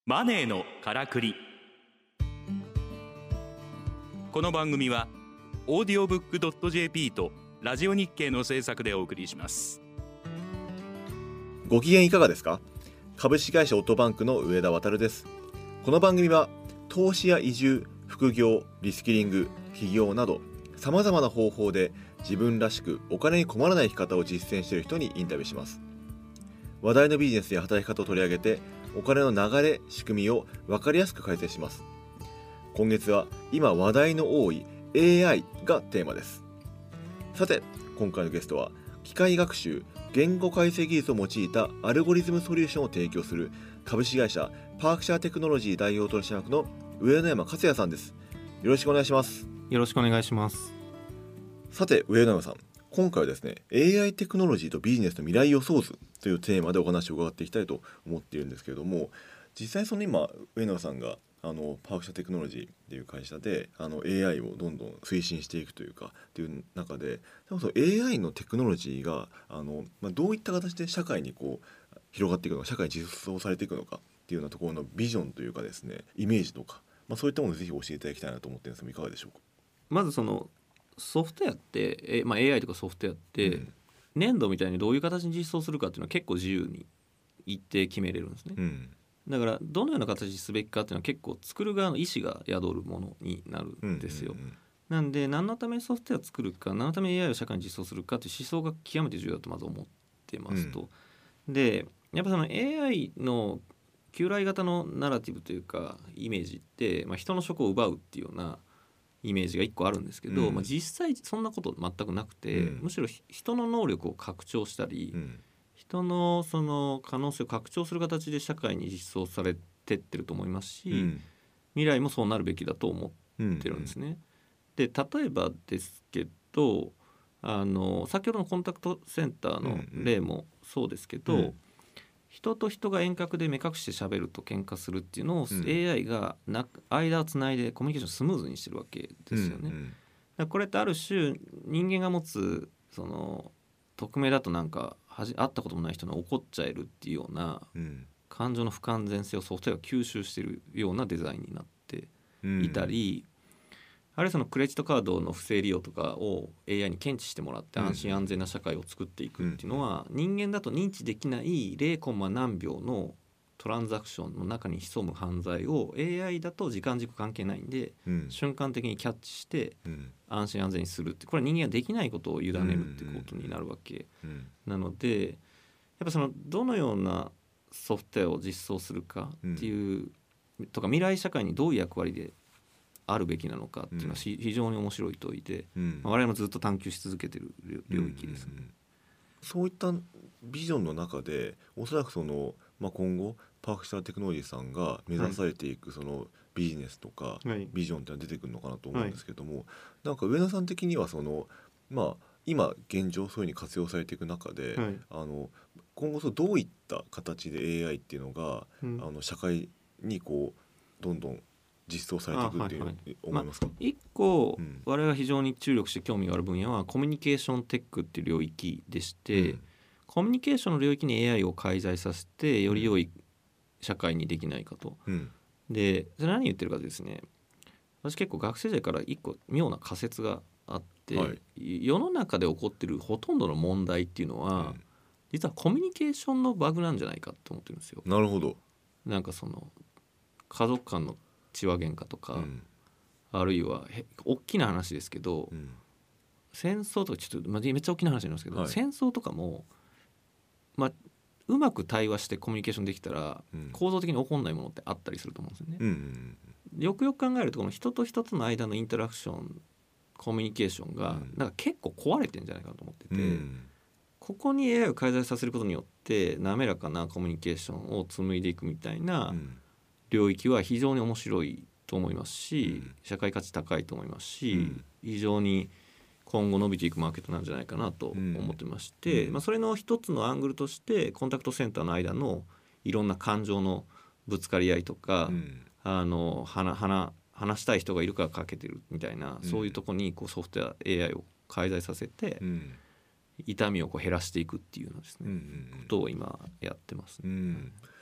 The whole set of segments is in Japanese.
マネーのからくり。この番組はオーディオブック .jp とラジオ日経の制作でお送りします。 ご機嫌いかがですか？株式会社オットバンクの上田渉です。この番組は投資や移住、副業、リスキリング、起業など様々な方法で自分らしくお金に困らない生き方を実践している人にインタビューします。話題のビジネスや働き方を取り上げてお金の流れ、仕組みを分かりやすく解説します。今月は今話題の多い AI がテーマです。さて、今回のゲストは機械学習、言語解析技術を用いたアルゴリズムソリューションを提供する株式会社パークシャーテクノロジー代表取締役の上野山克也さんです。よろしくお願いします。 よろしくお願いします。 さて、上野山さん、今回はですね AI テクノロジーとビジネスの未来予想図というテーマでお話を伺っていきたいと思っているんですけれども、実際その今上野さんがパークシャーテクノロジーっていう会社でAI をどんどん推進していくというかっていう中で、その AI のテクノロジーがどういった形で社会にこう広がっていくのか、社会に実装されていくのかっていうようなところのビジョンというかですね、イメージとか、そういったものをぜひ教えていただきたいなと思ってるんですが、いかがでしょうか？ まずそのソフトウェアって、AI とかソフトウェアって、年度みたいにどういう形に実装するかっていうのは結構自由に一定決めれるんですね、だからどのような形にすべきかっていうのは結構作る側の意思が宿るものになるんですよ、なんで何のためにソフトウェアを作るか、何のために AI を社会に実装するかっていう思想が極めて重要だとまず思ってますと、でやっぱその AI の旧来型のナラティブというかイメージって、人の職を奪うっていうようなイメージが一個あるんですけど、実際そんなこと全くなくて、むしろ人の能力を拡張したり、人のその可能性を拡張する形で社会に実装されてってると思いますし、未来もそうなるべきだと思ってるんですね。で例えばですけど先ほどのコンタクトセンターの例もそうですけど、人と人が遠隔で目隠して喋ると喧嘩するっていうのを AI が間をつないでコミュニケーションスムーズにしてるわけですよね、だからこれってある種人間が持つその匿名だとなんか会ったこともない人に怒っちゃえるっていうような感情の不完全性をソフトウェアが吸収しているようなデザインになっていたり、あるいはそのクレジットカードの不正利用とかを AI に検知してもらって安心安全な社会を作っていくっていうのは、人間だと認知できない 0. 何秒のトランザクションの中に潜む犯罪を AI だと時間軸関係ないんで、瞬間的にキャッチして安心安全にするって、これは人間ができないことを委ねるってことになるわけなので、やっぱそのどのようなソフトウェアを実装するかっていうとか、未来社会にどういう役割であるべきなのかっていうのは非常に面白い問いで、我々もずっと探求し続けている領域ですね、 そういったビジョンの中でおそらくその、今後パークシャーテクノロジーさんが目指されていくそのビジネスとかビジョンってのは出てくるのかなと思うんですけども、なんか上野さん的にはその、今現状そういうふうに活用されていく中で、今後どういった形で AI っていうのが、社会にこうどんどん実装されていくっていう思いますか？ 一個、我々が非常に注力して興味がある分野はコミュニケーションテックっていう領域でして、コミュニケーションの領域に AI を介在させてより良い社会にできないかと、でそれ何言ってるかですね、私結構学生時代から一個妙な仮説があって、世の中で起こってるほとんどの問題っていうのは、実はコミュニケーションのバグなんじゃないかと思ってるんですよ。 なるほど。 なんかその家族間の血話喧嘩とか、あるいは大きな話ですけど、戦争とかちょっと、めっちゃ大きな話になりますけど、戦争とかも、うまく対話してコミュニケーションできたら、構造的に起こんないものってあったりすると思うんですよね、よくよく考えるとこの人と人との間のインタラクション、コミュニケーションがなんか結構壊れてるんじゃないかなと思ってて、ここに AI を介在させることによって滑らかなコミュニケーションを紡いでいくみたいな領域は非常に面白いと思いますし、社会価値高いと思いますし、非常に今後伸びていくマーケットなんじゃないかなと思ってまして、それの一つのアングルとしてコンタクトセンターの間のいろんな感情のぶつかり合いとか、話したい人がいるからかけてるみたいな、そういうとこにこうソフトウェア AI を介在させて、痛みをこう減らしていくっていうのですね、ことを今やってます、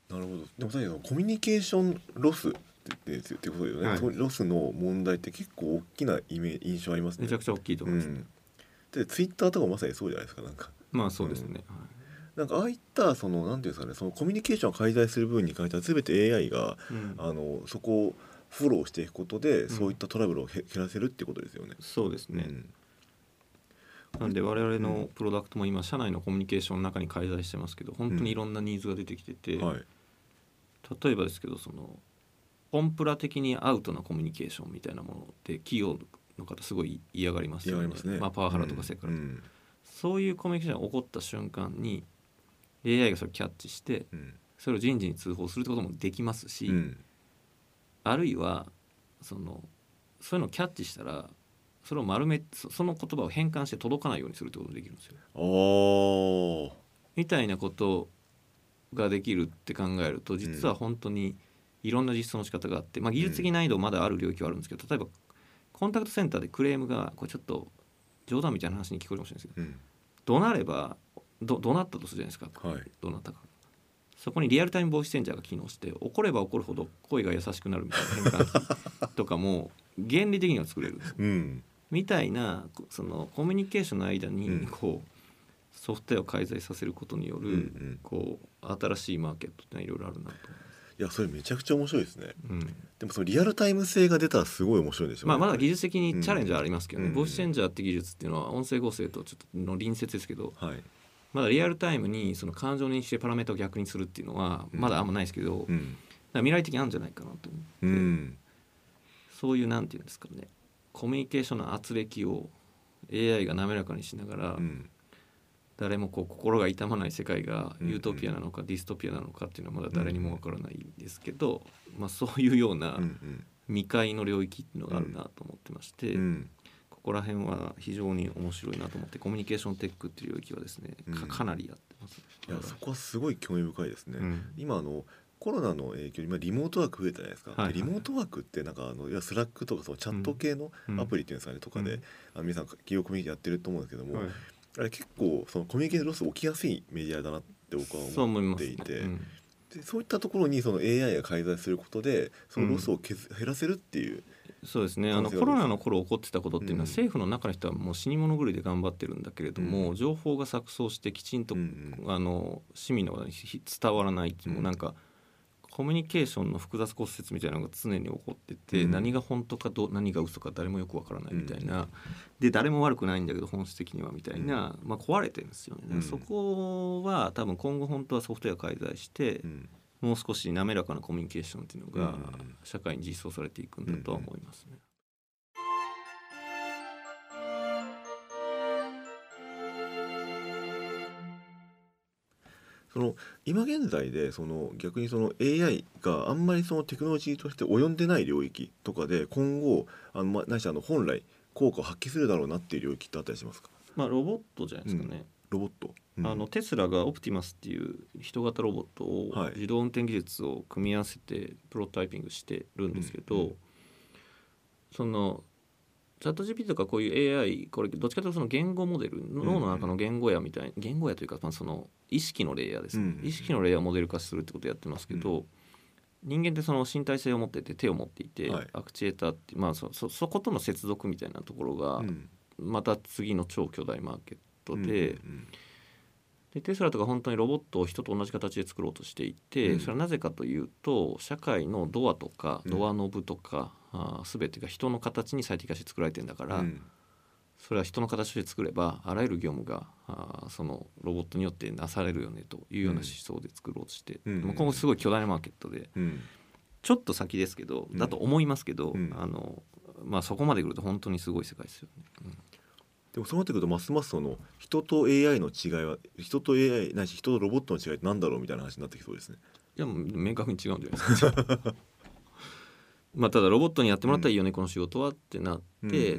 なるほど。でも確かにコミュニケーションロスってことだよね、はい、ロスの問題って結構大きな印象ありますね。 めちゃくちゃ大きいと思います、 でツイッターとかまさにそうじゃないですか。なんかまあそうですね、 なんかああいったそのなんていうんですかね、そのコミュニケーションを介在する部分に関しては全て AI が、そこをフォローしていくことで、そういったトラブルを減らせるっていうことですよね。 そうですね、なんで我々のプロダクトも今社内のコミュニケーションの中に介在してますけど、本当にいろんなニーズが出てきてて、例えばですけどそのコンプラ的にアウトなコミュニケーションみたいなものって企業の方すごい嫌がりますよね。パワハラとかセクハラとか、そういうコミュニケーションが起こった瞬間に AI がそれをキャッチして、それを人事に通報するってこともできますし、あるいはそういうのをキャッチしたらそれを丸めその言葉を変換して届かないようにするってことができるんですよ。みたいなことができるって考えると、実は本当にいろんな実装の仕方があって、技術的難易度まだある領域はあるんですけど、例えばコンタクトセンターでクレームがこれちょっと冗談みたいな話に聞こえるかもしれないですけど、怒鳴れば怒鳴ったとするじゃないですか、どうなったか。そこにリアルタイムボイスチェンジャーが機能して、怒れば怒るほど声が優しくなるみたいな変換器とかも原理的には作れるんです、みたいなそのコミュニケーションの間にこうソフトウェアを介在させることによるこう新しいマーケットってのはいろいろあるなと思います。 いやそれめちゃくちゃ面白いですね、でもそのリアルタイム性が出たらすごい面白いでしょうね。 まだ技術的にチャレンジはありますけどね、ボイスチェンジャーって技術っていうのは音声合成とちょっとの隣接ですけど、まだリアルタイムにその感情認識でパラメータを逆にするっていうのはまだあんまないですけど、だから未来的にあるんじゃないかなと思って、そういうなんていうんですかね、コミュニケーションの圧力を AI が滑らかにしながら、誰もこう心が痛まない世界がユートピアなのかディストピアなのかっていうのはまだ誰にもわからないですけど、そういうような未開の領域っていうのがあるなと思ってまして、ここら辺は非常に面白いなと思って、コミュニケーションテックっていう領域はですね、かなりやってます。 いやそこはすごい興味深いですね、今コロナの影響で今リモートワーク増えたじゃないですか、リモートワークってなんかいやスラックとかそのチャット系のアプリっていうんですかね、とかで皆さん企業コミュニティやってると思うんですけども、あれ結構そのコミュニケーションロス起きやすいメディアだなって僕は思っていて、でそういったところにその AI が介在することでそのロスを減らせるっていう、 そうですね、コロナの頃起こってたことっていうのは、政府の中の人はもう死に物狂いで頑張ってるんだけれども、情報が錯綜してきちんと、市民の方に伝わらないっていうのも、なんかコミュニケーションの複雑骨折みたいなのが常に起こってて、何が本当か何が嘘か誰もよくわからないみたいな、で誰も悪くないんだけど本質的にはみたいな、壊れてるんですよね、そこは多分今後本当はソフトウェア介在して、もう少し滑らかなコミュニケーションっていうのが社会に実装されていくんだとは思いますね。 その今現在で逆にその AI があんまりそのテクノロジーとして及んでない領域とかで今後ないし本来効果を発揮するだろうなっていう領域ってあったりしますか？ ロボットじゃないですかね、 ロボット、 テスラがオプティマスっていう人型ロボットを自動運転技術を組み合わせてプロトタイピングしてるんですけど、そのチャット GPT とかこういう AI、 これどっちかというとその言語モデル、脳の中の言語やみたいな、言語やというかその意識のレイヤーですね、意識のレイヤーをモデル化するってことをやってますけど、人間ってその身体性を持ってて手を持っていて、アクチュエーターって、そことの接続みたいなところがまた次の超巨大マーケットで、テスラとか本当にロボットを人と同じ形で作ろうとしていて、それはなぜかというと社会のドアとかドアノブとか、全てが人の形に最適化して作られてるんだから、それは人の形で作ればあらゆる業務がそのロボットによってなされるよねというような思想で作ろうとして、今後すごい巨大なマーケットで、ちょっと先ですけどだと思いますけど、そこまで来ると本当にすごい世界ですよね。 でもそうなってくるとますますその人と AI の違いは人と AI ないし人とロボットの違いって何だろうみたいな話になってきそうですね。 いやもう明確に違うんじゃないですかただロボットにやってもらったらいいよね、この仕事はってなって、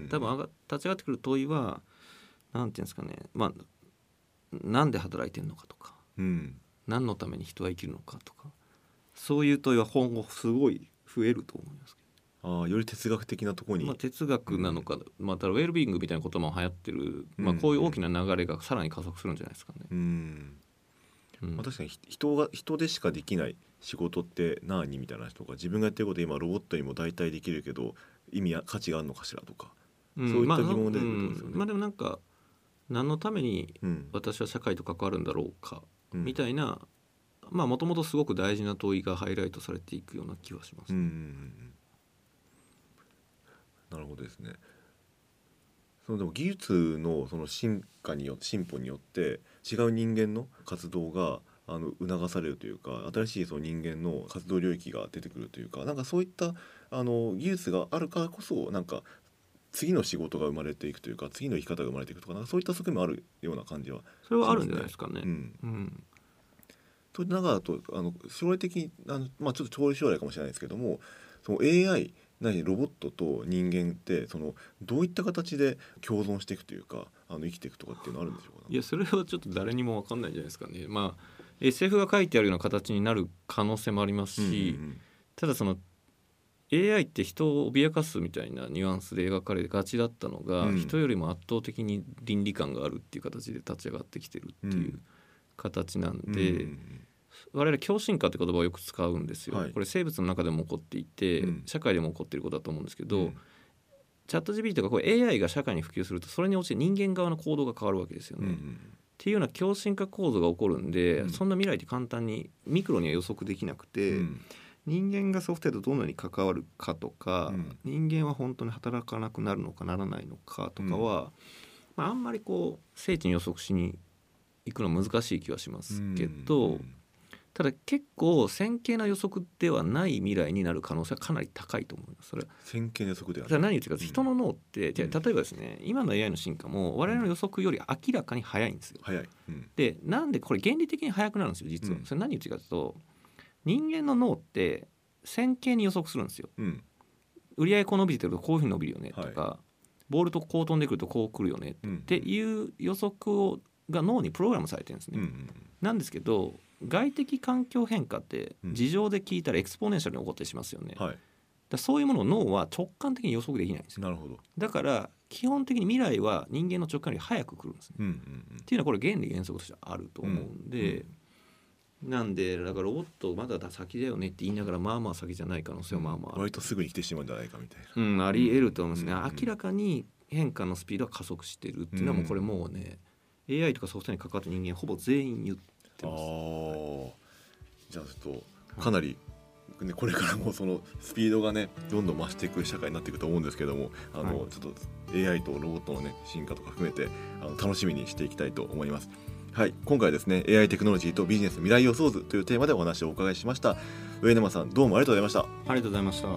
多分立ち上がってくる問いはなんていうんですかね、なんで働いてるのかとか、何のために人は生きるのかとか、そういう問いは今後すごい増えると思いますけど、 より哲学的なところに、 哲学なのか、またウェルビーイングみたいな言葉も流行ってる、こういう大きな流れがさらに加速するんじゃないですかね。 確かに人でしかできない仕事って何みたいな人が、自分がやってること今ロボットにも代替できるけど意味や価値があるのかしらとか、そういった疑問が出てくるんですよね。 でもなんか何のために私は社会と関わるんだろうか、みたいな、もともとすごく大事な問いがハイライトされていくような気はします、 なるほどですね。でも技術のその進歩によって違う人間の活動が促されるというか、新しいその人間の活動領域が出てくるというか、なんかそういった技術があるからこそ、なんか次の仕事が生まれていくというか、次の生き方が生まれていくとか、なんかそういった側面もあるような感じは、 それはあるんじゃないですかね。 と長だと将来的にちょっと遠い将来かもしれないですけども、その AIロボットと人間ってどういった形で共存していくというか、生きていくとかっていうのあるんでしょうか。 いや、それはちょっと誰にも分かんないんじゃないですかね。SF が書いてあるような形になる可能性もありますし、ただその AI って人を脅かすみたいなニュアンスで描かれがちだったのが、人よりも圧倒的に倫理観があるっていう形で立ち上がってきてるっていう形なんで、我々共振化って言葉をよく使うんですよ、これ生物の中でも起こっていて、社会でも起こっていることだと思うんですけど、チャット GPT とかこれ AI が社会に普及すると、それに応じて人間側の行動が変わるわけですよね、っていうような共振化構造が起こるんで、そんな未来って簡単にミクロには予測できなくて、人間がソフトウェアとどのように関わるかとか、人間は本当に働かなくなるのかならないのかとかは、あんまり精緻に予測しに行くのは難しい気はしますけど、ただ結構線形な予測ではない未来になる可能性はかなり高いと思います。それ線形な予測ではない。何言ってるか、人の脳って、例えばですね、今の AI の進化も我々の予測より明らかに早いんですよ。 早い。 で、なんでこれ原理的に速くなるんですよ、実は。それ何言ってるかというと、人間の脳って線形に予測するんですよ。売り上げこう伸びてるとこういうふうに伸びるよねとか、ボールとこう飛んでくるとこう来るよねっていう予測が脳にプログラムされてるんですね。なんですけど、外的環境変化って事情で聞いたらエクスポネンシャルに起こったりしますよね、だそういうものを脳は直感的に予測できないんですよ。 なるほど。 だから基本的に未来は人間の直感より早く来るんですね、っていうのはこれ原理原則としてあると思うんで、なんでだからロボットまだ先だよねって言いながら先じゃない可能性はある、 割とすぐに来てしまうんじゃないかみたいな、 あり得ると思いますね、明らかに変化のスピードは加速してるっていうのはもうこれもうね、AI とかソフトウェアに関わった人間ほぼ全員言ってます。 じゃあちょっとかなり、これからもそのスピードがねどんどん増していく社会になっていくと思うんですけども、ちょっと AI とロボットのね進化とか含めて楽しみにしていきたいと思います。はい、今回ですね AI テクノロジーとビジネス未来予想図というテーマでお話をお伺いしました。上沼さん、どうもありがとうございました。 ありがとうございました。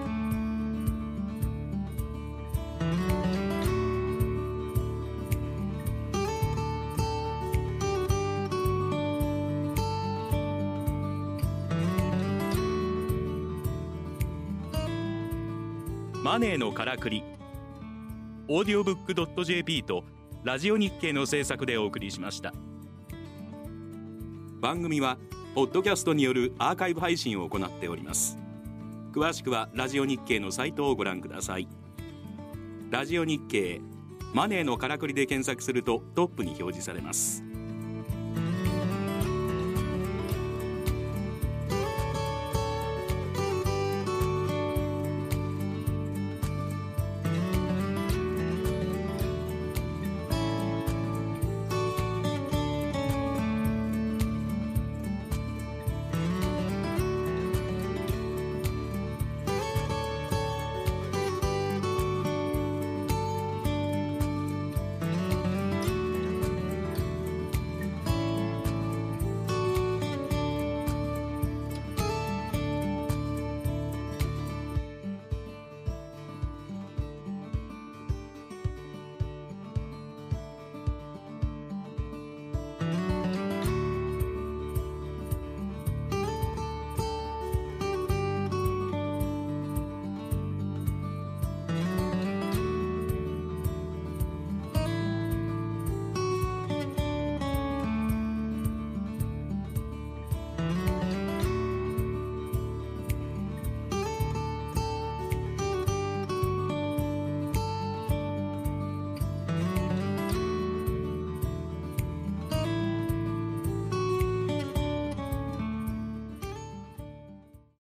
マネーのからくり、オーディオブック .jp とラジオ日経の制作でお送りしました。番組はポッドキャストによるアーカイブ配信を行っております。詳しくはラジオ日経のサイトをご覧ください。ラジオ日経マネーのからくりで検索するとトップに表示されます。